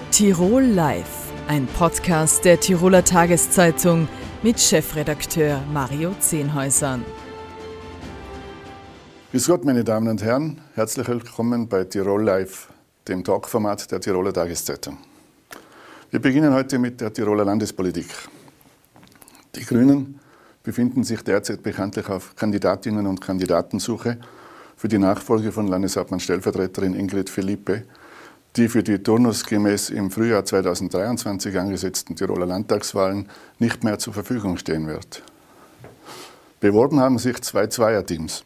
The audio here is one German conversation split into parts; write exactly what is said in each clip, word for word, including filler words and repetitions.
Tirol Live, ein Podcast der Tiroler Tageszeitung mit Chefredakteur Mario Zehnhäusern. Grüß Gott, meine Damen und Herren, herzlich willkommen bei Tirol Live, dem Talkformat der Tiroler Tageszeitung. Wir beginnen heute mit der Tiroler Landespolitik. Die Grünen befinden sich derzeit bekanntlich auf Kandidatinnen- und Kandidatensuche für die Nachfolge von Landeshauptmann-Stellvertreterin Ingrid Philippe, die für die turnusgemäß im Frühjahr zweitausenddreiundzwanzig angesetzten Tiroler Landtagswahlen nicht mehr zur Verfügung stehen wird. Beworben haben sich zwei Zweierteams.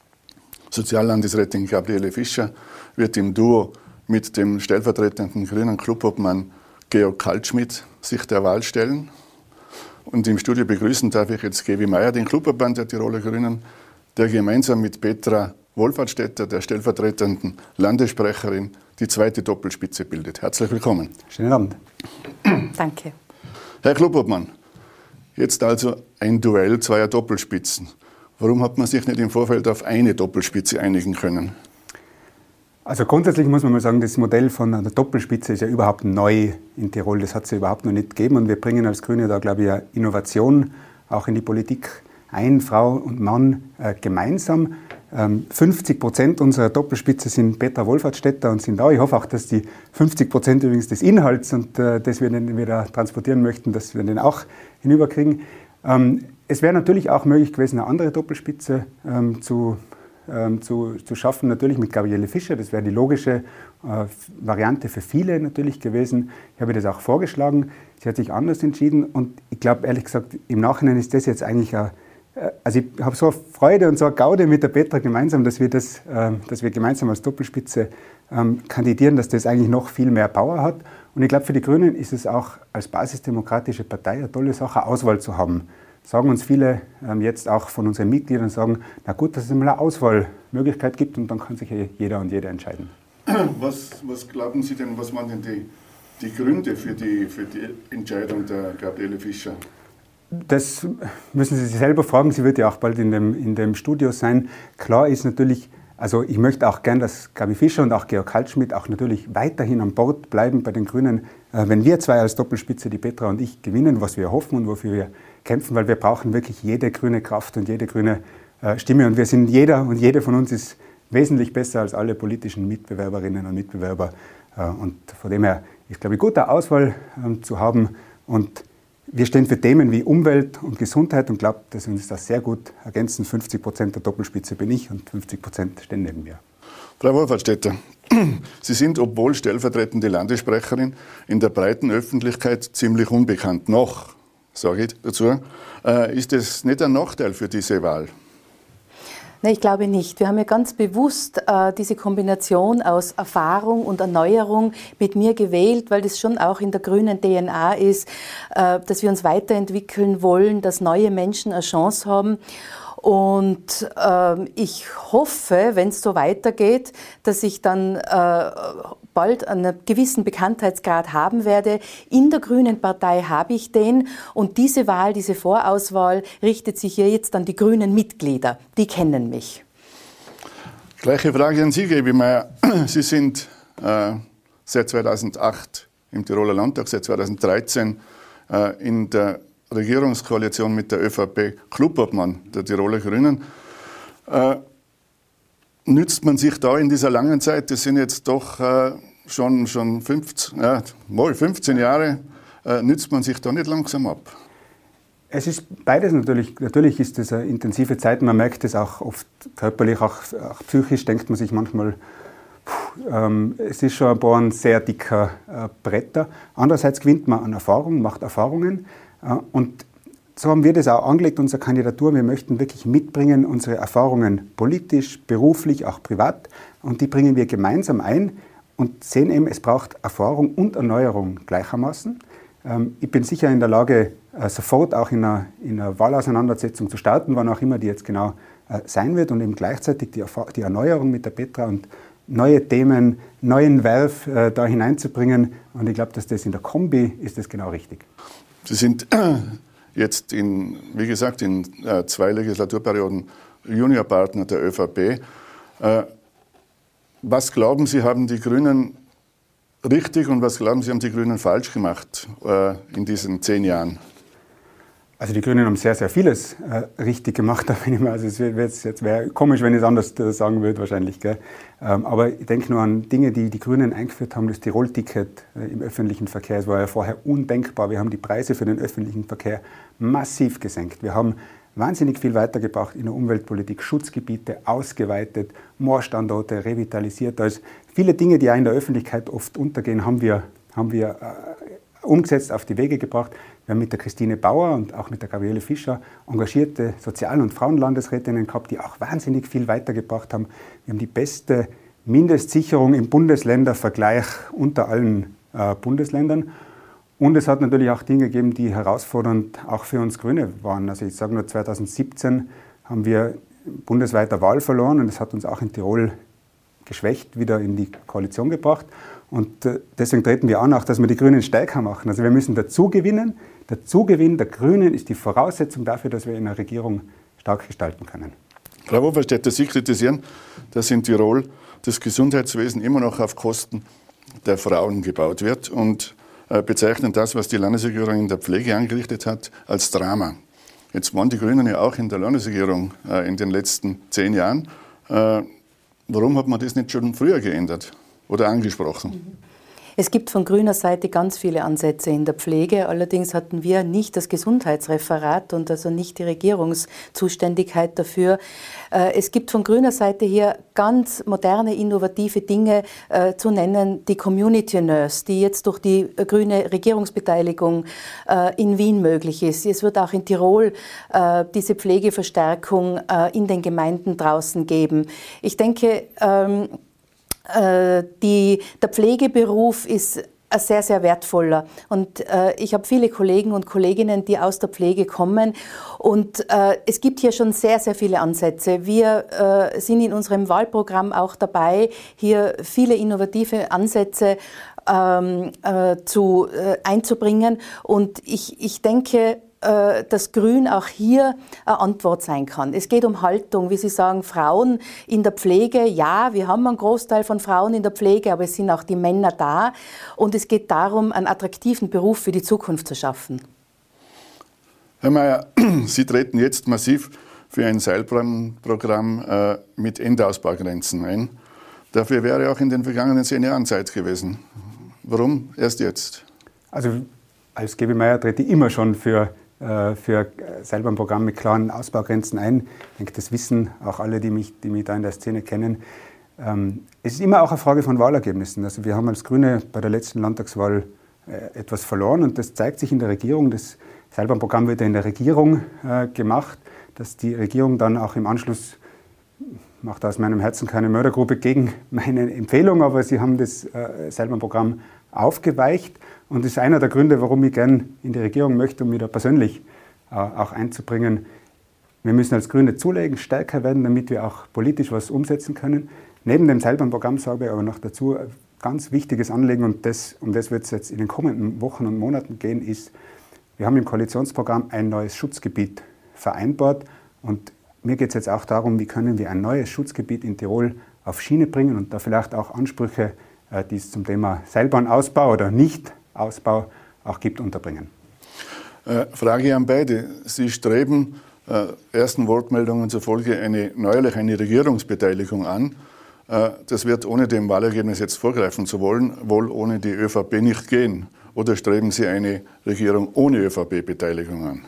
Soziallandesrätin Gabriele Fischer wird im Duo mit dem stellvertretenden grünen Clubobmann Georg Kaltschmidt sich der Wahl stellen. Und im Studio begrüßen darf ich jetzt Gevi Meier, den Clubobmann der Tiroler Grünen, der gemeinsam mit Petra Wohlfahrtsstädter, der stellvertretenden Landessprecherin, die zweite Doppelspitze bildet. Herzlich willkommen. Schönen Abend. Danke. Herr Clubobmann, jetzt also ein Duell zweier Doppelspitzen. Warum hat man sich nicht im Vorfeld auf eine Doppelspitze einigen können? Also grundsätzlich muss man mal sagen, das Modell von einer Doppelspitze ist ja überhaupt neu in Tirol. Das hat es ja überhaupt noch nicht gegeben. Und wir bringen als Grüne da, glaube ich, eine Innovation auch in die Politik ein, Frau und Mann äh, gemeinsam. Ähm, fünfzig Prozent unserer Doppelspitze sind Petra Wohlfahrtsstädter und sind da. Ich hoffe auch, dass die fünfzig Prozent übrigens des Inhalts und äh, das wir den wieder transportieren möchten, dass wir den auch hinüberkriegen. Ähm, es wäre natürlich auch möglich gewesen, eine andere Doppelspitze ähm, zu, ähm, zu, zu schaffen, natürlich mit Gabriele Fischer. Das wäre die logische äh, Variante für viele natürlich gewesen. Ich habe das auch vorgeschlagen. Sie hat sich anders entschieden und ich glaube, ehrlich gesagt, im Nachhinein ist das jetzt eigentlich ein Also ich habe so eine Freude und so eine Gaude mit der Petra gemeinsam, dass wir, das, äh, dass wir gemeinsam als Doppelspitze ähm, kandidieren, dass das eigentlich noch viel mehr Power hat. Und ich glaube, für die Grünen ist es auch als basisdemokratische Partei eine tolle Sache, Auswahl zu haben. Sagen uns viele ähm, jetzt auch von unseren Mitgliedern, sagen, na gut, dass es mal eine Auswahlmöglichkeit gibt und dann kann sich jeder und jede entscheiden. Was, was glauben Sie denn, was waren denn die, die Gründe für die, für die Entscheidung der Gabriele Fischer? Das müssen Sie sich selber fragen. Sie wird ja auch bald in dem, in dem Studio sein. Klar ist natürlich, also ich möchte auch gern, dass Gabi Fischer und auch Georg Kaltschmidt auch natürlich weiterhin an Bord bleiben bei den Grünen. Äh, wenn wir zwei als Doppelspitze, die Petra und ich, gewinnen, was wir hoffen und wofür wir kämpfen, weil wir brauchen wirklich jede grüne Kraft und jede grüne äh, Stimme. Und wir sind, jeder und jede von uns ist wesentlich besser als alle politischen Mitbewerberinnen und Mitbewerber. Äh, und von dem her ist, glaube ich, gute Auswahl äh, zu haben. Und wir stehen für Themen wie Umwelt und Gesundheit und glaube, dass wir uns das sehr gut ergänzen. fünfzig Prozent der Doppelspitze bin ich und fünfzig Prozent stehen neben mir. Frau Wohlfahrtsstädter, Sie sind, obwohl stellvertretende Landessprecherin, in der breiten Öffentlichkeit ziemlich unbekannt. Noch, sage ich dazu. Äh, ist das nicht ein Nachteil für diese Wahl? Nein, ich glaube nicht. Wir haben ja ganz bewusst äh, diese Kombination aus Erfahrung und Erneuerung mit mir gewählt, weil das schon auch in der grünen D N A ist, äh, dass wir uns weiterentwickeln wollen, dass neue Menschen eine Chance haben. Und äh, ich hoffe, wenn es so weitergeht, dass ich dann äh, bald einen gewissen Bekanntheitsgrad haben werde. In der Grünen Partei habe ich den. Und diese Wahl, diese Vorauswahl richtet sich hier jetzt an die grünen Mitglieder. Die kennen mich. Gleiche Frage an Sie, Gevi Meier. Sie sind äh, seit zweitausendacht im Tiroler Landtag, seit zweitausenddreizehn äh, in der Regierungskoalition mit der ÖVP Clubobmann der Tiroler Grünen. Äh, nützt man sich da in dieser langen Zeit, das sind jetzt doch äh, schon, schon fünfzehn, ja, mal fünfzehn Jahre, äh, nützt man sich da nicht langsam ab? Es ist beides natürlich. Natürlich ist das eine intensive Zeit. Man merkt es auch oft körperlich, auch, auch psychisch denkt man sich manchmal, puh, ähm, es ist schon ein paar ein sehr dicker äh, Bretter. Andererseits gewinnt man an Erfahrung, macht Erfahrungen. Und so haben wir das auch angelegt, unsere Kandidatur. Wir möchten wirklich mitbringen, unsere Erfahrungen politisch, beruflich, auch privat. Und die bringen wir gemeinsam ein und sehen eben, es braucht Erfahrung und Erneuerung gleichermaßen. Ich bin sicher in der Lage, sofort auch in einer, in einer Wahlauseinandersetzung zu starten, wann auch immer die jetzt genau sein wird. Und eben gleichzeitig die, die Erneuerung mit der Petra und neue Themen, neuen Werf da hineinzubringen. Und ich glaube, dass das in der Kombi ist das genau richtig. Sie sind jetzt, in, wie gesagt, in äh, zwei Legislaturperioden Juniorpartner der ÖVP. Äh, was glauben Sie, haben die Grünen richtig und was glauben Sie, haben die Grünen falsch gemacht äh, in diesen zehn Jahren? Also die Grünen haben sehr, sehr vieles äh, richtig gemacht. Also es wäre jetzt wär komisch, wenn ich es anders sagen würde wahrscheinlich. Gell? Ähm, aber ich denke nur an Dinge, die die Grünen eingeführt haben, das Tirol-Ticket äh, im öffentlichen Verkehr. Es war ja vorher undenkbar. Wir haben die Preise für den öffentlichen Verkehr massiv gesenkt. Wir haben wahnsinnig viel weitergebracht in der Umweltpolitik, Schutzgebiete ausgeweitet, Moorstandorte revitalisiert. Also viele Dinge, die auch in der Öffentlichkeit oft untergehen, haben wir, haben wir äh, umgesetzt, auf die Wege gebracht. Wir haben mit der Christine Bauer und auch mit der Gabriele Fischer engagierte Sozial- und Frauenlandesrätinnen gehabt, die auch wahnsinnig viel weitergebracht haben. Wir haben die beste Mindestsicherung im Bundesländervergleich unter allen äh, Bundesländern. Und es hat natürlich auch Dinge gegeben, die herausfordernd auch für uns Grüne waren. Also ich sage nur, zweitausendsiebzehn haben wir bundesweit eine Wahl verloren und das hat uns auch in Tirol geschwächt wieder in die Koalition gebracht. Und deswegen treten wir an, auch, dass wir die Grünen stärker machen. Also wir müssen dazu gewinnen. Der Zugewinn der Grünen ist die Voraussetzung dafür, dass wir in einer Regierung stark gestalten können. Frau Wohlfahrt, Sie kritisieren, dass in Tirol das Gesundheitswesen immer noch auf Kosten der Frauen gebaut wird und äh, bezeichnen das, was die Landesregierung in der Pflege angerichtet hat, als Drama. Jetzt waren die Grünen ja auch in der Landesregierung äh, in den letzten zehn Jahren. Äh, warum hat man das nicht schon früher geändert oder angesprochen? Es gibt von grüner Seite ganz viele Ansätze in der Pflege. Allerdings hatten wir nicht das Gesundheitsreferat und also nicht die Regierungszuständigkeit dafür. Es gibt von grüner Seite hier ganz moderne, innovative Dinge äh, zu nennen. Die Community Nurse, die jetzt durch die grüne Regierungsbeteiligung äh, in Wien möglich ist. Es wird auch in Tirol äh, diese Pflegeverstärkung äh, in den Gemeinden draußen geben. Ich denke, ähm, Die, der Pflegeberuf ist ein sehr, sehr wertvoller. Und äh, ich habe viele Kollegen und Kolleginnen, die aus der Pflege kommen. Und äh, es gibt hier schon sehr, sehr viele Ansätze. Wir äh, sind in unserem Wahlprogramm auch dabei, hier viele innovative Ansätze ähm, äh, zu, äh, einzubringen. Und ich, ich denke, dass Grün auch hier eine Antwort sein kann. Es geht um Haltung, wie Sie sagen, Frauen in der Pflege. Ja, wir haben einen Großteil von Frauen in der Pflege, aber es sind auch die Männer da. Und es geht darum, einen attraktiven Beruf für die Zukunft zu schaffen. Herr Mayer, Sie treten jetzt massiv für ein Seilbahnprogramm äh, mit Endausbaugrenzen ein. Dafür wäre auch in den vergangenen zehn Jahren Zeit gewesen. Warum erst jetzt? Also als G B Mayer trete ich immer schon für für selber ein Programm mit klaren Ausbaugrenzen ein. Ich denke, das wissen auch alle, die mich, die mich da in der Szene kennen. Es ist immer auch eine Frage von Wahlergebnissen. Also wir haben als Grüne bei der letzten Landtagswahl etwas verloren und das zeigt sich in der Regierung. Das selber ein Programm wird ja in der Regierung gemacht, dass die Regierung dann auch im Anschluss, macht aus meinem Herzen keine Mördergruppe gegen meine Empfehlung, aber sie haben das selber ein Programm aufgeweicht. Und das ist einer der Gründe, warum ich gern in die Regierung möchte, um mich da persönlich äh, auch einzubringen. Wir müssen als Grüne zulegen, stärker werden, damit wir auch politisch was umsetzen können. Neben dem Seilbahnprogramm sage ich aber noch dazu, ein ganz wichtiges Anliegen, und das, um das wird es jetzt in den kommenden Wochen und Monaten gehen, ist, wir haben im Koalitionsprogramm ein neues Schutzgebiet vereinbart. Und mir geht es jetzt auch darum, wie können wir ein neues Schutzgebiet in Tirol auf Schiene bringen und da vielleicht auch Ansprüche, äh, die es zum Thema Seilbahnausbau oder nicht Ausbau auch gibt, unterbringen. Äh, Frage an beide. Sie streben äh, ersten Wortmeldungen zufolge eine, neuerlich eine Regierungsbeteiligung an. Äh, das wird, ohne dem Wahlergebnis jetzt vorgreifen zu wollen, wohl ohne die ÖVP nicht gehen. Oder streben Sie eine Regierung ohne ÖVP-Beteiligung an?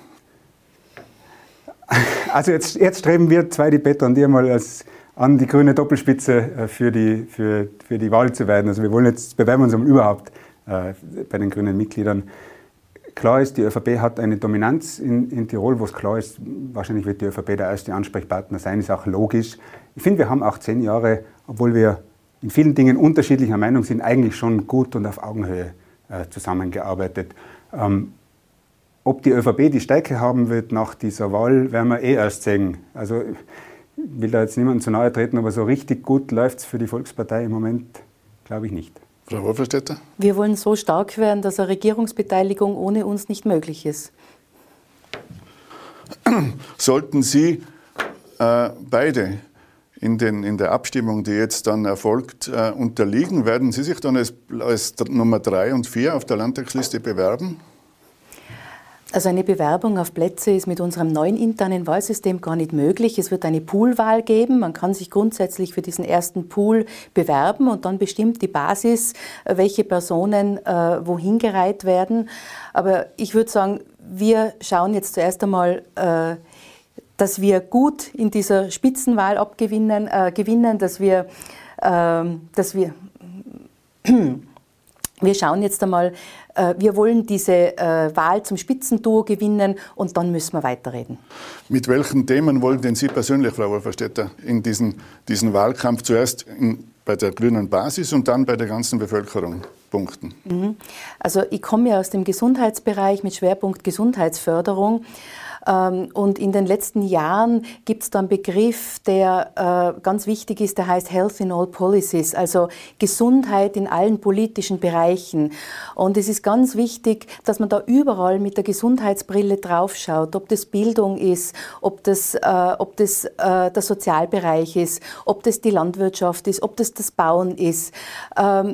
Also jetzt, jetzt streben wir zwei, die Peter und ich mal als an, die grüne Doppelspitze für die, für, für die Wahl zu werden. Also wir wollen jetzt, bewerben uns um überhaupt bei den grünen Mitgliedern. Klar ist, die ÖVP hat eine Dominanz in, in Tirol, wo es klar ist, wahrscheinlich wird die ÖVP der erste Ansprechpartner sein, ist auch logisch. Ich finde, wir haben auch zehn Jahre, obwohl wir in vielen Dingen unterschiedlicher Meinung sind, eigentlich schon gut und auf Augenhöhe äh, zusammengearbeitet. Ähm, ob die ÖVP die Stärke haben wird nach dieser Wahl, werden wir eh erst sehen. Also ich will da jetzt niemandem zu nahe treten, aber so richtig gut läuft es für die Volkspartei im Moment, glaube ich, nicht. Frau Wolferstetter? Wir wollen so stark werden, dass eine Regierungsbeteiligung ohne uns nicht möglich ist. Sollten Sie äh, beide in, den, in der Abstimmung, die jetzt dann erfolgt, äh, unterliegen. Werden Sie sich dann als, als Nummer drei und vier auf der Landtagsliste bewerben? Also eine Bewerbung auf Plätze ist mit unserem neuen internen Wahlsystem gar nicht möglich. Es wird eine Poolwahl geben. Man kann sich grundsätzlich für diesen ersten Pool bewerben und dann bestimmt die Basis, welche Personen äh, wohin gereiht werden. Aber ich würde sagen, wir schauen jetzt zuerst einmal, äh, dass wir gut in dieser Spitzenwahl abgewinnen, äh, gewinnen, dass wir, äh, dass wir Wir schauen jetzt einmal, wir wollen diese Wahl zum Spitzenduo gewinnen und dann müssen wir weiterreden. Mit welchen Themen wollen denn Sie persönlich, Frau Wolferstetter, in diesen, diesen Wahlkampf zuerst in, bei der grünen Basis und dann bei der ganzen Bevölkerung punkten? Also ich komme ja aus dem Gesundheitsbereich mit Schwerpunkt Gesundheitsförderung. Und in den letzten Jahren gibt es da einen Begriff, der äh, ganz wichtig ist, der heißt Health in all Policies, also Gesundheit in allen politischen Bereichen. Und es ist ganz wichtig, dass man da überall mit der Gesundheitsbrille draufschaut, ob das Bildung ist, ob das, äh, ob das äh, der Sozialbereich ist, ob das die Landwirtschaft ist, ob das das Bauen ist. Ähm,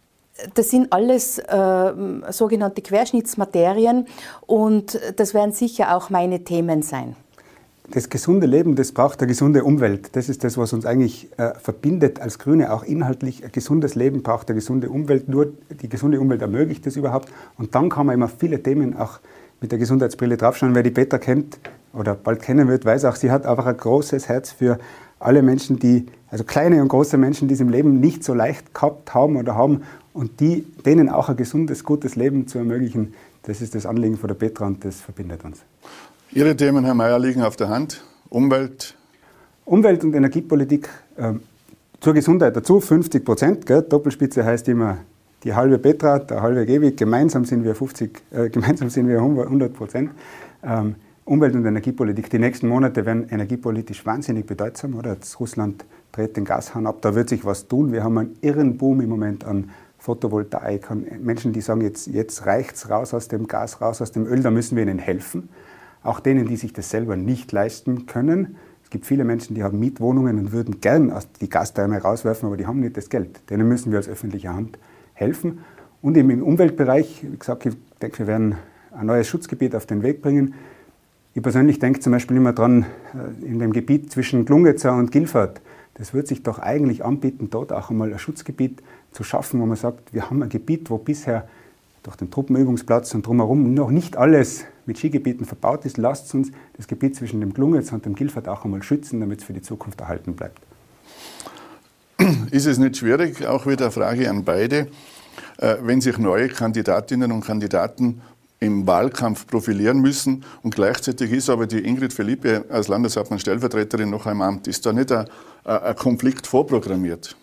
Das sind alles äh, sogenannte Querschnittsmaterien und das werden sicher auch meine Themen sein. Das gesunde Leben, das braucht eine gesunde Umwelt. Das ist das, was uns eigentlich äh, verbindet als Grüne, auch inhaltlich. Ein gesundes Leben braucht eine gesunde Umwelt. Nur die gesunde Umwelt ermöglicht das überhaupt. Und dann kann man immer viele Themen auch mit der Gesundheitsbrille draufschauen. Wer die Petra kennt oder bald kennen wird, weiß auch, sie hat einfach ein großes Herz für alle Menschen, die, also kleine und große Menschen, die es im Leben nicht so leicht gehabt haben oder haben und die, denen auch ein gesundes, gutes Leben zu ermöglichen. Das ist das Anliegen von der Petra und das verbindet uns. Ihre Themen, Herr Mayer, liegen auf der Hand. Umwelt? Umwelt- und Energiepolitik äh, zur Gesundheit dazu, fünfzig Prozent. Gell? Doppelspitze heißt immer die halbe Petra, der halbe Gewig. Gemeinsam sind wir fünfzig, äh, gemeinsam sind wir hundert Prozent. Ähm, Umwelt- und Energiepolitik. Die nächsten Monate werden energiepolitisch wahnsinnig bedeutsam. Oder? Jetzt Russland dreht den Gashahn ab, da wird sich was tun. Wir haben einen irren Boom im Moment an Photovoltaik, an Menschen, die sagen, jetzt, jetzt reicht es raus aus dem Gas, raus aus dem Öl, da müssen wir ihnen helfen. Auch denen, die sich das selber nicht leisten können. Es gibt viele Menschen, die haben Mietwohnungen und würden gern die Gastherme rauswerfen, aber die haben nicht das Geld. Denen müssen wir als öffentliche Hand helfen. Und eben im Umweltbereich, wie gesagt, ich denke, wir werden ein neues Schutzgebiet auf den Weg bringen. Ich persönlich denke zum Beispiel immer dran, in dem Gebiet zwischen Glungezer und Gilfert, das wird sich doch eigentlich anbieten, dort auch einmal ein Schutzgebiet zu schaffen, wo man sagt, wir haben ein Gebiet, wo bisher durch den Truppenübungsplatz und drumherum noch nicht alles mit Skigebieten verbaut ist. Lasst uns das Gebiet zwischen dem Glungezer und dem Gilfert auch einmal schützen, damit es für die Zukunft erhalten bleibt. Ist es nicht schwierig, auch wieder eine Frage an beide, wenn sich neue Kandidatinnen und Kandidaten im Wahlkampf profilieren müssen und gleichzeitig ist aber die Ingrid Philippe als Landeshauptmann Stellvertreterin noch im Amt. Ist da nicht ein, ein Konflikt vorprogrammiert?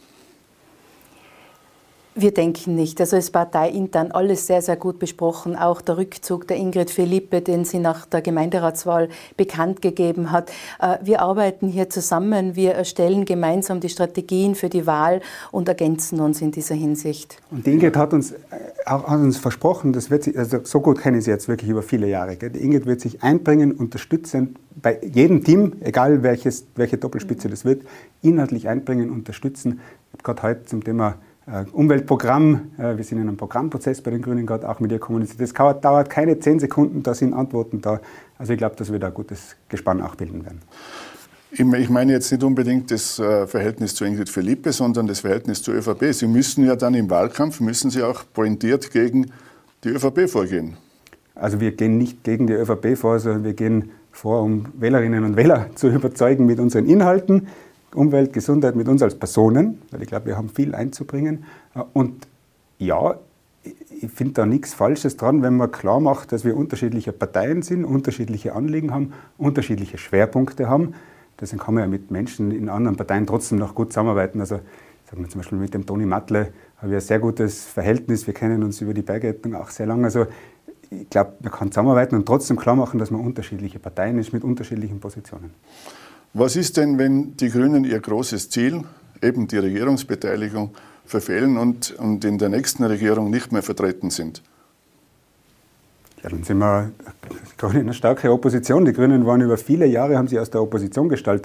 Wir denken nicht. Also es ist parteiintern alles sehr, sehr gut besprochen. Auch der Rückzug der Ingrid Philippe, den sie nach der Gemeinderatswahl bekannt gegeben hat. Wir arbeiten hier zusammen. Wir erstellen gemeinsam die Strategien für die Wahl und ergänzen uns in dieser Hinsicht. Und die Ingrid hat uns, auch, hat uns versprochen, das wird sie, also so gut kenne ich sie jetzt wirklich über viele Jahre. Gell? Die Ingrid wird sich einbringen, unterstützen, bei jedem Team, egal welches, welche Doppelspitze das wird, inhaltlich einbringen, unterstützen. Ich habe gerade heute zum Thema Umweltprogramm, wir sind in einem Programmprozess bei den Grünen gerade auch mit ihr kommuniziert. Das dauert keine zehn Sekunden, da sind Antworten da. Also ich glaube, dass wir da ein gutes Gespann auch bilden werden. Ich meine jetzt nicht unbedingt das Verhältnis zu Ingrid Philippe, sondern das Verhältnis zur ÖVP. Sie müssen ja dann im Wahlkampf, müssen Sie auch pointiert gegen die ÖVP vorgehen. Also wir gehen nicht gegen die ÖVP vor, sondern wir gehen vor, um Wählerinnen und Wähler zu überzeugen mit unseren Inhalten. Umwelt, Gesundheit mit uns als Personen, weil ich glaube, wir haben viel einzubringen. Und ja, ich finde da nichts Falsches dran, wenn man klar macht, dass wir unterschiedliche Parteien sind, unterschiedliche Anliegen haben, unterschiedliche Schwerpunkte haben. Deswegen kann man ja mit Menschen in anderen Parteien trotzdem noch gut zusammenarbeiten. Also sagen wir zum Beispiel mit dem Toni Mattle habe ich ein sehr gutes Verhältnis. Wir kennen uns über die Bergrettung auch sehr lange. Also ich glaube, man kann zusammenarbeiten und trotzdem klar machen, dass man unterschiedliche Parteien ist mit unterschiedlichen Positionen. Was ist denn, wenn die Grünen ihr großes Ziel, eben die Regierungsbeteiligung, verfehlen und, und in der nächsten Regierung nicht mehr vertreten sind? Ja, dann sind wir die Grünen eine starke Opposition. Die Grünen waren über viele Jahre, haben sie aus der Opposition gestaltet,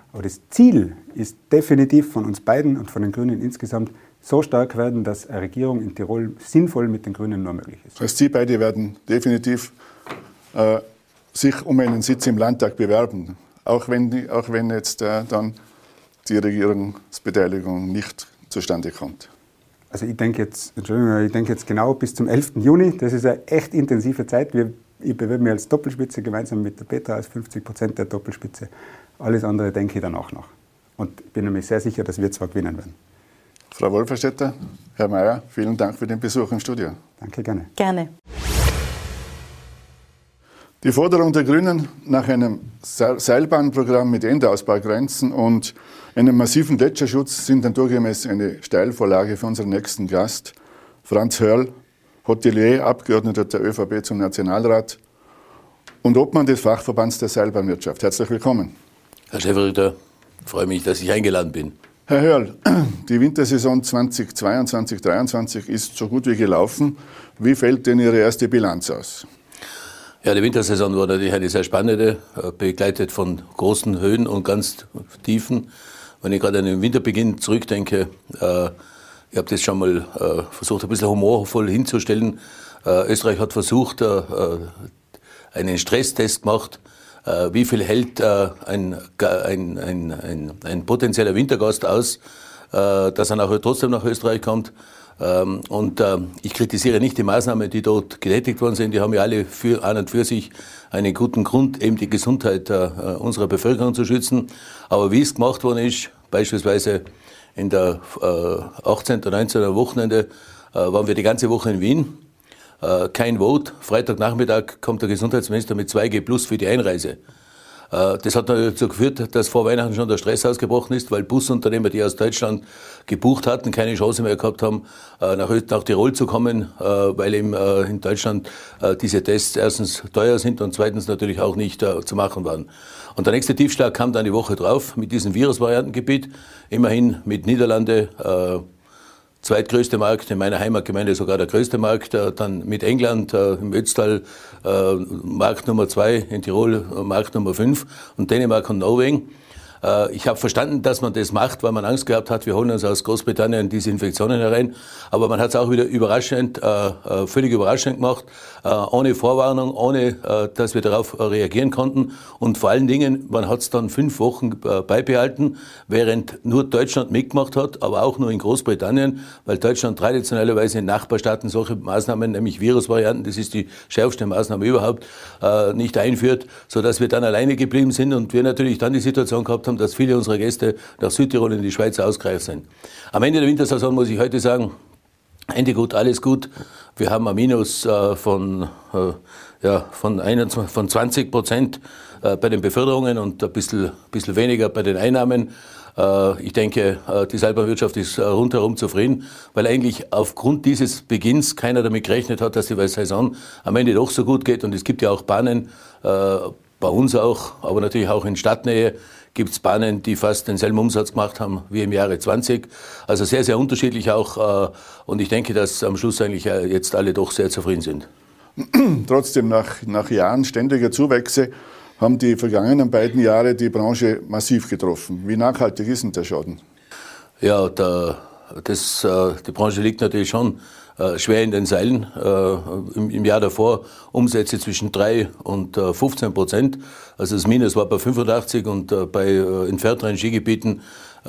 Aber das Ziel ist definitiv von uns beiden und von den Grünen insgesamt so stark werden, dass eine Regierung in Tirol sinnvoll mit den Grünen nur möglich ist. Das heißt, Sie beide werden definitiv äh, sich um einen Sitz im Landtag bewerben, auch wenn, die, auch wenn jetzt äh, dann die Regierungsbeteiligung nicht zustande kommt. Also ich denke jetzt, Entschuldigung, ich denke jetzt genau bis zum elften Juni, das ist eine echt intensive Zeit. Wir, ich bewerbe mich als Doppelspitze gemeinsam mit der Petra als fünfzig Prozent der Doppelspitze. Alles andere denke ich danach noch. Und ich bin nämlich sehr sicher, dass wir zwar gewinnen werden. Frau Wolferstetter, Herr Mayer, vielen Dank für den Besuch im Studio. Danke, gerne. Gerne. Die Forderung der Grünen nach einem Seilbahnprogramm mit Endausbaugrenzen und einem massiven Gletscherschutz sind naturgemäß eine Steilvorlage für unseren nächsten Gast, Franz Hörl, Hotelier, Abgeordneter der ÖVP zum Nationalrat und Obmann des Fachverbands der Seilbahnwirtschaft. Herzlich willkommen. Herr Chefredakteur, ich freue mich, dass ich eingeladen bin. Herr Hörl, die Wintersaison zweitausendzweiundzwanzig dreiundzwanzig ist so gut wie gelaufen. Wie fällt denn Ihre erste Bilanz aus? Ja, die Wintersaison war natürlich eine sehr spannende, begleitet von großen Höhen und ganz tiefen. Wenn ich gerade an den Winterbeginn zurückdenke, äh, ich habe das schon mal äh, versucht, ein bisschen humorvoll hinzustellen. Äh, Österreich hat versucht, äh, einen Stresstest gemacht, äh, wie viel hält äh, ein, ein, ein, ein, ein potenzieller Wintergast aus, äh, dass er nachher trotzdem nach Österreich kommt. Ähm, und äh, ich kritisiere nicht die Maßnahmen, die dort getätigt worden sind. Die haben ja alle für, an und für sich einen guten Grund, eben die Gesundheit äh, unserer Bevölkerung zu schützen. Aber wie es gemacht worden ist, beispielsweise in der äh, achtzehnten und neunzehnten Wochenende, äh, waren wir die ganze Woche in Wien. Äh, kein Vote. Freitagnachmittag kommt der Gesundheitsminister mit zwei G plus für die Einreise. Das hat dazu geführt, dass vor Weihnachten schon der Stress ausgebrochen ist, weil Busunternehmer, die aus Deutschland gebucht hatten, keine Chance mehr gehabt haben, nach, nach Tirol zu kommen, weil eben in Deutschland diese Tests erstens teuer sind und zweitens natürlich auch nicht zu machen waren. Und der nächste Tiefschlag kam dann die Woche drauf mit diesem Virusvariantengebiet, immerhin mit Niederlande, zweitgrößte Markt, in meiner Heimatgemeinde sogar der größte Markt, dann mit England äh, im Ötztal äh, Markt Nummer zwei, in Tirol äh, Markt Nummer fünf und Dänemark und Norwegen. Äh, ich habe verstanden, dass man das macht, weil man Angst gehabt hat, wir holen uns aus Großbritannien diese Infektionen herein, aber man hat es auch wieder überraschend, äh, völlig überraschend gemacht, äh, ohne Vorwarnung, ohne äh, dass wir darauf reagieren konnten und vor allen Dingen, man hat es dann fünf Wochen äh, beibehalten, während nur Deutschland mitgemacht hat, aber auch nur in Großbritannien, weil Deutschland traditionellerweise in Nachbarstaaten solche Maßnahmen, nämlich Virusvarianten, das ist die schärfste Maßnahme überhaupt, äh, nicht einführt, sodass wir dann alleine geblieben sind und wir natürlich dann die Situation gehabt haben, dass viele unserer Gäste nach Südtirol in die Schweiz ausgereist sind. Am Ende der Wintersaison muss ich heute sagen, Ende gut, alles gut. Wir haben ein Minus äh, von, äh, ja, von, einundzwanzig, von zwanzig Prozent äh, bei den Beförderungen und ein bisschen, bisschen weniger bei den Einnahmen. Äh, ich denke, äh, die Seilbahnwirtschaft ist äh, rundherum zufrieden, weil eigentlich aufgrund dieses Beginns keiner damit gerechnet hat, dass die Saison am Ende doch so gut geht. Und es gibt ja auch Bahnen, äh, bei uns auch, aber natürlich auch in Stadtnähe, gibt es Bahnen, die fast denselben Umsatz gemacht haben wie im Jahre zwanzig. Also sehr, sehr unterschiedlich auch. Und ich denke, dass am Schluss eigentlich jetzt alle doch sehr zufrieden sind. Trotzdem, nach, nach Jahren ständiger Zuwächse haben die vergangenen beiden Jahre die Branche massiv getroffen. Wie nachhaltig ist denn der Schaden? Ja, der, das, die Branche liegt natürlich schon schwer in den Seilen. Im, im Jahr davor Umsätze zwischen drei und fünfzehn Prozent. Also das Minus war bei fünfundachtzig und bei entfernteren Skigebieten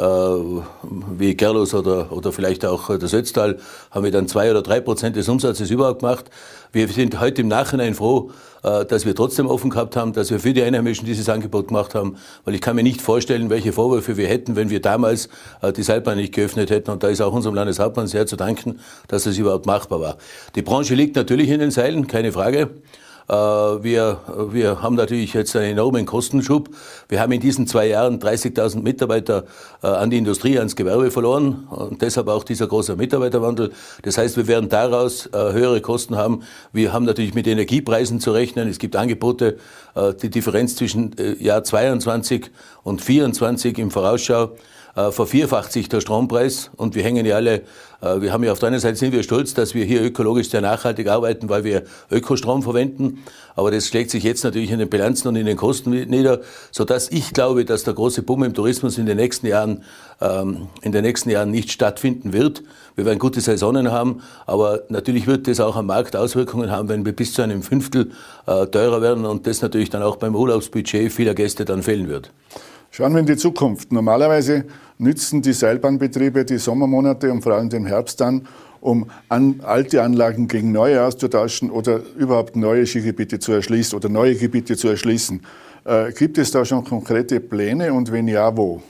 wie Gerlos oder, oder vielleicht auch das Ötztal haben wir dann zwei oder drei Prozent des Umsatzes überhaupt gemacht. Wir sind heute im Nachhinein froh, dass wir trotzdem offen gehabt haben, dass wir für die Einheimischen dieses Angebot gemacht haben, weil ich kann mir nicht vorstellen, welche Vorwürfe wir hätten, wenn wir damals die Seilbahn nicht geöffnet hätten. Und da ist auch unserem Landeshauptmann sehr zu danken, dass das überhaupt machbar war. Die Branche liegt natürlich in den Seilen, keine Frage. Wir, wir haben natürlich jetzt einen enormen Kostenschub. Wir haben in diesen zwei Jahren dreißigtausend Mitarbeiter an die Industrie, ans Gewerbe verloren und deshalb auch dieser große Mitarbeiterwandel. Das heißt, wir werden daraus höhere Kosten haben. Wir haben natürlich mit Energiepreisen zu rechnen. Es gibt Angebote, die Differenz zwischen Jahr zweiundzwanzig und vierundzwanzig im Vorausschau äh, vervierfacht sich der Strompreis und wir hängen ja alle, äh, wir haben ja auf der einen Seite sind wir stolz, dass wir hier ökologisch sehr nachhaltig arbeiten, weil wir Ökostrom verwenden, aber das schlägt sich jetzt natürlich in den Bilanzen und in den Kosten nieder, sodass ich glaube, dass der große Boom im Tourismus in den nächsten Jahren, ähm, in den nächsten Jahren nicht stattfinden wird. Wir werden gute Saisonen haben, aber natürlich wird das auch am Markt Auswirkungen haben, wenn wir bis zu einem Fünftel äh, teurer werden und das natürlich dann auch beim Urlaubsbudget vieler Gäste dann fehlen wird. Schauen wir in die Zukunft. Normalerweise nützen die Seilbahnbetriebe die Sommermonate und vor allem den Herbst dann, um an alte Anlagen gegen neue auszutauschen oder überhaupt neue Skigebiete zu erschließen oder neue Gebiete zu erschließen. Äh, gibt es da schon konkrete Pläne und wenn ja, wo?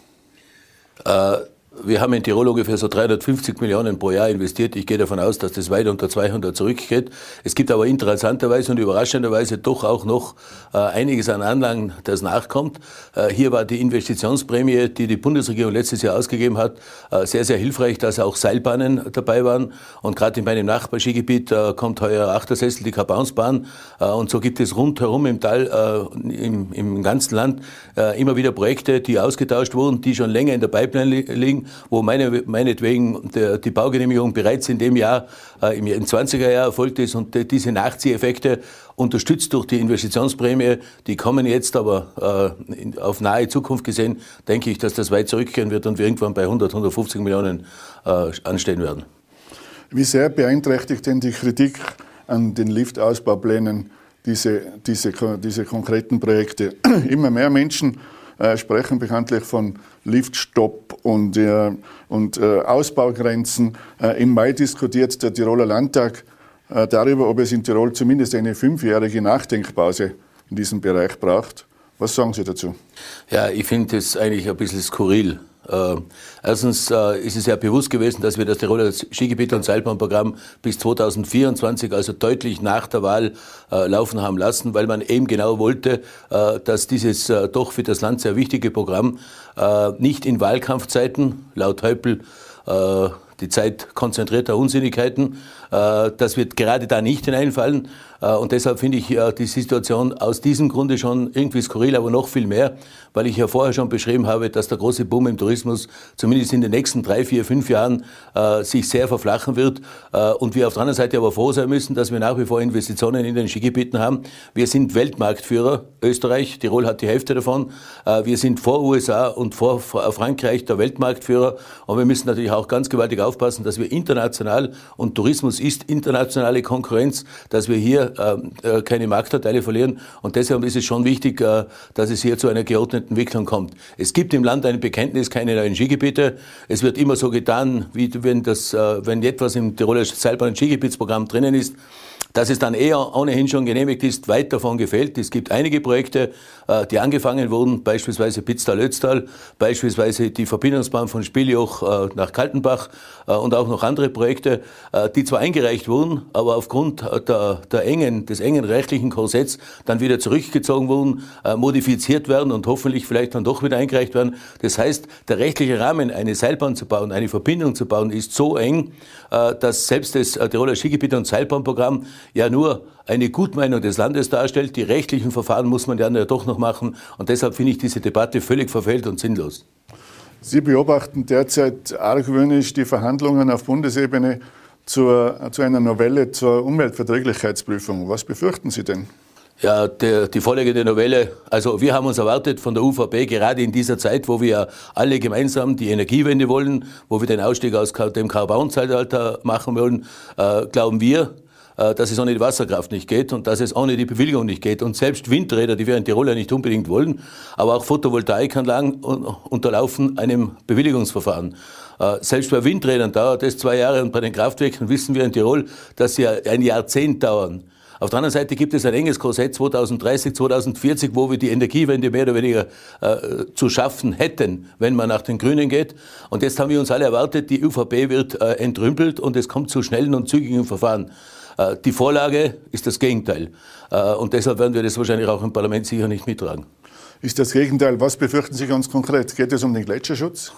Äh, Wir haben in Tirol ungefähr so dreihundertfünfzig Millionen pro Jahr investiert. Ich gehe davon aus, dass das weit unter zweihundert zurückgeht. Es gibt aber interessanterweise und überraschenderweise doch auch noch äh, einiges an Anlagen, das nachkommt. Äh, hier war die Investitionsprämie, die die Bundesregierung letztes Jahr ausgegeben hat, äh, sehr, sehr hilfreich, dass auch Seilbahnen dabei waren. Und gerade in meinem Nachbarskigebiet äh, kommt heuer Achtersessel, die K-Bounce-Bahn. Äh, und so gibt es rundherum im Tal, äh, im, im ganzen Land, äh, immer wieder Projekte, die ausgetauscht wurden, die schon länger in der Pipeline li- liegen. Wo meine, meinetwegen der, die Baugenehmigung bereits in dem Jahr, äh, im, im zwanziger Jahr erfolgt ist und die, diese Nachzieheffekte unterstützt durch die Investitionsprämie, die kommen jetzt aber äh, in, auf nahe Zukunft gesehen, denke ich, dass das weit zurückgehen wird und wir irgendwann bei hundert, hundertfünfzig Millionen äh, anstehen werden. Wie sehr beeinträchtigt denn die Kritik an den Liftausbauplänen diese, diese, diese konkreten Projekte? Immer mehr Menschen äh, sprechen bekanntlich von Liftstopp und, äh, und äh, Ausbaugrenzen. Äh, Im Mai diskutiert der Tiroler Landtag äh, darüber, ob es in Tirol zumindest eine fünfjährige Nachdenkpause in diesem Bereich braucht. Was sagen Sie dazu? Ja, ich finde das eigentlich ein bisschen skurril. Äh, erstens äh, ist es ja bewusst gewesen, dass wir das Tiroler Skigebiet- und Seilbahnprogramm bis zweitausendvierundzwanzig, also deutlich nach der Wahl, äh, laufen haben lassen, weil man eben genau wollte, äh, dass dieses äh, doch für das Land sehr wichtige Programm äh, nicht in Wahlkampfzeiten, laut Häupl, äh, die Zeit konzentrierter Unsinnigkeiten, äh, das wird gerade da nicht hineinfallen. Äh, und deshalb finde ich äh, die Situation aus diesem Grunde schon irgendwie skurril, aber noch viel mehr, weil ich ja vorher schon beschrieben habe, dass der große Boom im Tourismus zumindest in den nächsten drei, vier, fünf Jahren äh, sich sehr verflachen wird. Äh, und wir auf der anderen Seite aber froh sein müssen, dass wir nach wie vor Investitionen in den Skigebieten haben. Wir sind Weltmarktführer, Österreich, Tirol hat die Hälfte davon. Äh, wir sind vor U S A und vor Frankreich der Weltmarktführer. Und wir müssen natürlich auch ganz gewaltig aufpassen, dass wir international, und Tourismus ist internationale Konkurrenz, dass wir hier äh, keine Marktanteile verlieren. Und deshalb ist es schon wichtig, äh, dass es hier zu einer geordneten Entwicklung kommt. Es gibt im Land ein Bekenntnis, keine neuen Skigebiete. Es wird immer so getan, wie wenn, das, äh, wenn etwas im Tiroler Seilbahn- und Skigebietsprogramm drinnen ist, dass es dann eher ohnehin schon genehmigt ist, weit davon gefällt. Es gibt einige Projekte, äh, die angefangen wurden, beispielsweise Pitztal-Ötztal, beispielsweise die Verbindungsbahn von Spiljoch äh, nach Kaltenbach äh, und auch noch andere Projekte, äh, die zwar eingereicht wurden, aber aufgrund der, der engen, des engen rechtlichen Korsetts dann wieder zurückgezogen wurden, äh, modifiziert werden und hoffentlich vielleicht dann doch wieder eingereicht werden. Das heißt, der rechtliche Rahmen, eine Seilbahn zu bauen, eine Verbindung zu bauen, ist so eng, äh, dass selbst das äh, Tiroler Skigebiet- und Seilbahnprogramm ja nur eine Gutmeinung des Landes darstellt. Die rechtlichen Verfahren muss man dann ja doch noch machen. Und deshalb finde ich diese Debatte völlig verfehlt und sinnlos. Sie beobachten derzeit argwöhnisch die Verhandlungen auf Bundesebene zur, zu einer Novelle zur Umweltverträglichkeitsprüfung. Was befürchten Sie denn? Ja, der, die vorliegende Novelle, also wir haben uns erwartet von der U V P, gerade in dieser Zeit, wo wir alle gemeinsam die Energiewende wollen, wo wir den Ausstieg aus dem Carbon-Zeitalter machen wollen, äh, glauben wir, äh, dass es ohne die Wasserkraft nicht geht und dass es ohne die Bewilligung nicht geht. Und selbst Windräder, die wir in Tirol ja nicht unbedingt wollen, aber auch Photovoltaikanlagen unterlaufen einem Bewilligungsverfahren. Äh, selbst bei Windrädern dauert es zwei Jahre und bei den Kraftwerken wissen wir in Tirol, dass sie ein Jahrzehnt dauern. Auf der anderen Seite gibt es ein enges Korsett zweitausenddreißig, zweitausendvierzig, wo wir die Energiewende mehr oder weniger äh, zu schaffen hätten, wenn man nach den Grünen geht. Und jetzt haben wir uns alle erwartet, die U V P wird äh, entrümpelt und es kommt zu schnellen und zügigen Verfahren. Äh, die Vorlage ist das Gegenteil. Äh, und deshalb werden wir das wahrscheinlich auch im Parlament sicher nicht mittragen. Ist das Gegenteil. Was befürchten Sie ganz konkret? Geht es um den Gletscherschutz?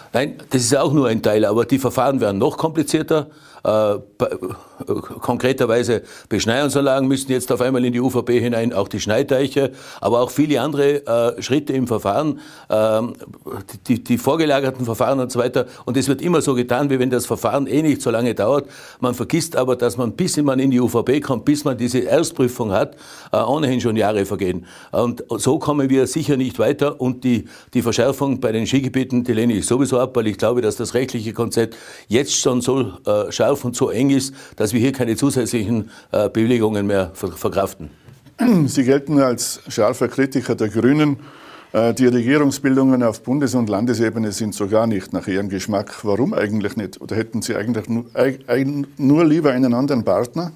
Nein, das ist auch nur ein Teil, aber die Verfahren werden noch komplizierter. Äh, konkreterweise Beschneiungsanlagen müssen jetzt auf einmal in die U V B hinein, auch die Schneidteiche, aber auch viele andere äh, Schritte im Verfahren, äh, die, die vorgelagerten Verfahren und so weiter. Und es wird immer so getan, wie wenn das Verfahren eh nicht so lange dauert. Man vergisst aber, dass man, bis man in die U V B kommt, bis man diese Erstprüfung hat, äh, ohnehin schon Jahre vergehen. Und so kommen wir sicher nicht weiter. Und die, die Verschärfung bei den Skigebieten, die lehne ich sowieso ab, weil ich glaube, dass das rechtliche Konzept jetzt schon so äh, scharf und so eng ist, dass wir hier keine zusätzlichen äh, Bewilligungen mehr ver verkraften. Sie gelten als scharfer Kritiker der Grünen. Äh, die Regierungsbildungen auf Bundes- und Landesebene sind so gar nicht nach Ihrem Geschmack. Warum eigentlich nicht? Oder hätten Sie eigentlich nur, äh, nur lieber einen anderen Partner?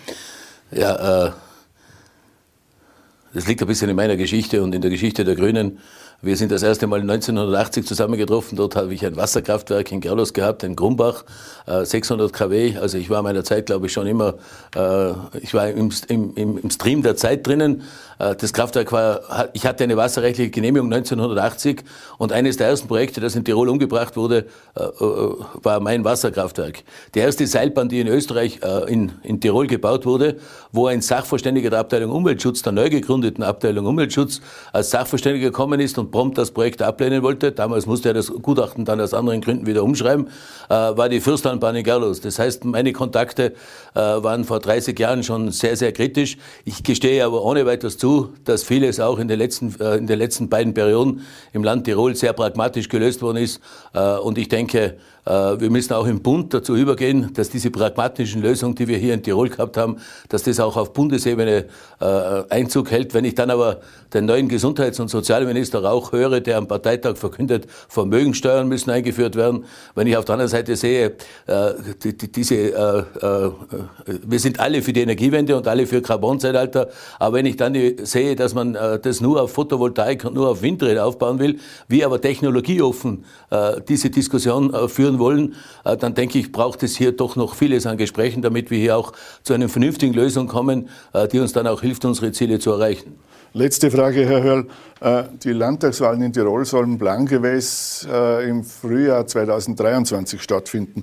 Ja, äh, das liegt ein bisschen in meiner Geschichte und in der Geschichte der Grünen. Wir sind das erste Mal neunzehnhundertachtzig zusammengetroffen. Dort habe ich ein Wasserkraftwerk in Gerlos gehabt, in Grumbach, äh, sechshundert Kilowatt. Also ich war meiner Zeit, glaube ich, schon immer, äh, ich war im, im, im Stream der Zeit drinnen. Äh, das Kraftwerk war, ich hatte eine wasserrechtliche Genehmigung neunzehnhundertachtzig und eines der ersten Projekte, das in Tirol umgebracht wurde, äh, war mein Wasserkraftwerk. Die erste Seilbahn, die in Österreich, äh, in, in Tirol gebaut wurde, wo ein Sachverständiger der Abteilung Umweltschutz, der neu gegründeten Abteilung Umweltschutz, als Sachverständiger gekommen ist und prompt das Projekt ablehnen wollte, damals musste er das Gutachten dann aus anderen Gründen wieder umschreiben, äh, war die Fürstanbahn in Gerlos. Das heißt, meine Kontakte äh, waren vor dreißig Jahren schon sehr, sehr kritisch. Ich gestehe aber ohne weiteres zu, dass vieles auch in den letzten, äh, in den letzten beiden Perioden im Land Tirol sehr pragmatisch gelöst worden ist. Äh, und ich denke, wir müssen auch im Bund dazu übergehen, dass diese pragmatischen Lösungen, die wir hier in Tirol gehabt haben, dass das auch auf Bundesebene äh, Einzug hält. Wenn ich dann aber den neuen Gesundheits- und Sozialminister Rauch höre, der am Parteitag verkündet, Vermögensteuern müssen eingeführt werden. Wenn ich auf der anderen Seite sehe, äh, die, die, diese, äh, äh, wir sind alle für die Energiewende und alle für Carbonzeitalter, aber wenn ich dann die, sehe, dass man äh, das nur auf Photovoltaik und nur auf Windräder aufbauen will, wir aber technologieoffen äh, diese Diskussion äh, führen wollen, dann denke ich, braucht es hier doch noch vieles an Gesprächen, damit wir hier auch zu einer vernünftigen Lösung kommen, die uns dann auch hilft, unsere Ziele zu erreichen. Letzte Frage, Herr Hörl. Die Landtagswahlen in Tirol sollen plangemäß im Frühjahr zweitausenddreiundzwanzig stattfinden.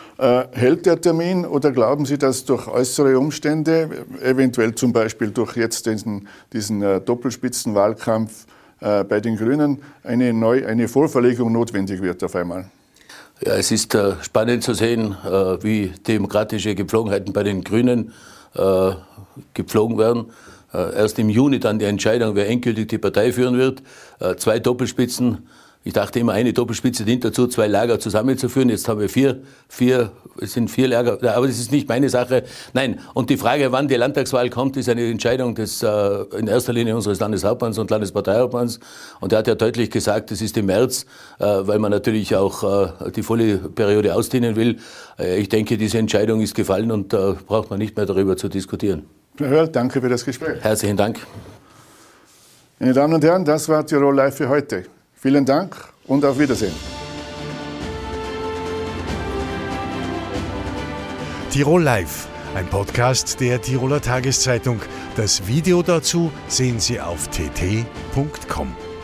Hält der Termin oder glauben Sie, dass durch äußere Umstände, eventuell zum Beispiel durch jetzt diesen, diesen Doppelspitzenwahlkampf bei den Grünen, eine, Neu-, eine Vorverlegung notwendig wird auf einmal? Ja, es ist äh, spannend zu sehen, äh, wie demokratische Gepflogenheiten bei den Grünen äh, gepflogen werden. Äh, erst im Juni dann die Entscheidung, wer endgültig die Partei führen wird. Äh, zwei Doppelspitzen. Ich dachte immer, eine Doppelspitze dient dazu, zwei Lager zusammenzuführen. Jetzt haben wir vier, vier, es sind vier Lager, aber das ist nicht meine Sache. Nein, und die Frage, wann die Landtagswahl kommt, ist eine Entscheidung des, äh, in erster Linie unseres Landeshauptmanns und Landesparteihauptmanns. Und er hat ja deutlich gesagt, das ist im März, äh, weil man natürlich auch äh, die volle Periode ausdehnen will. Äh, ich denke, diese Entscheidung ist gefallen und da äh, braucht man nicht mehr darüber zu diskutieren. Herr Hörl, danke für das Gespräch. Herzlichen Dank. Meine Damen und Herren, das war Tirol Live für heute. Vielen Dank und auf Wiedersehen. Tirol Live, ein Podcast der Tiroler Tageszeitung. Das Video dazu sehen Sie auf t t punkt com.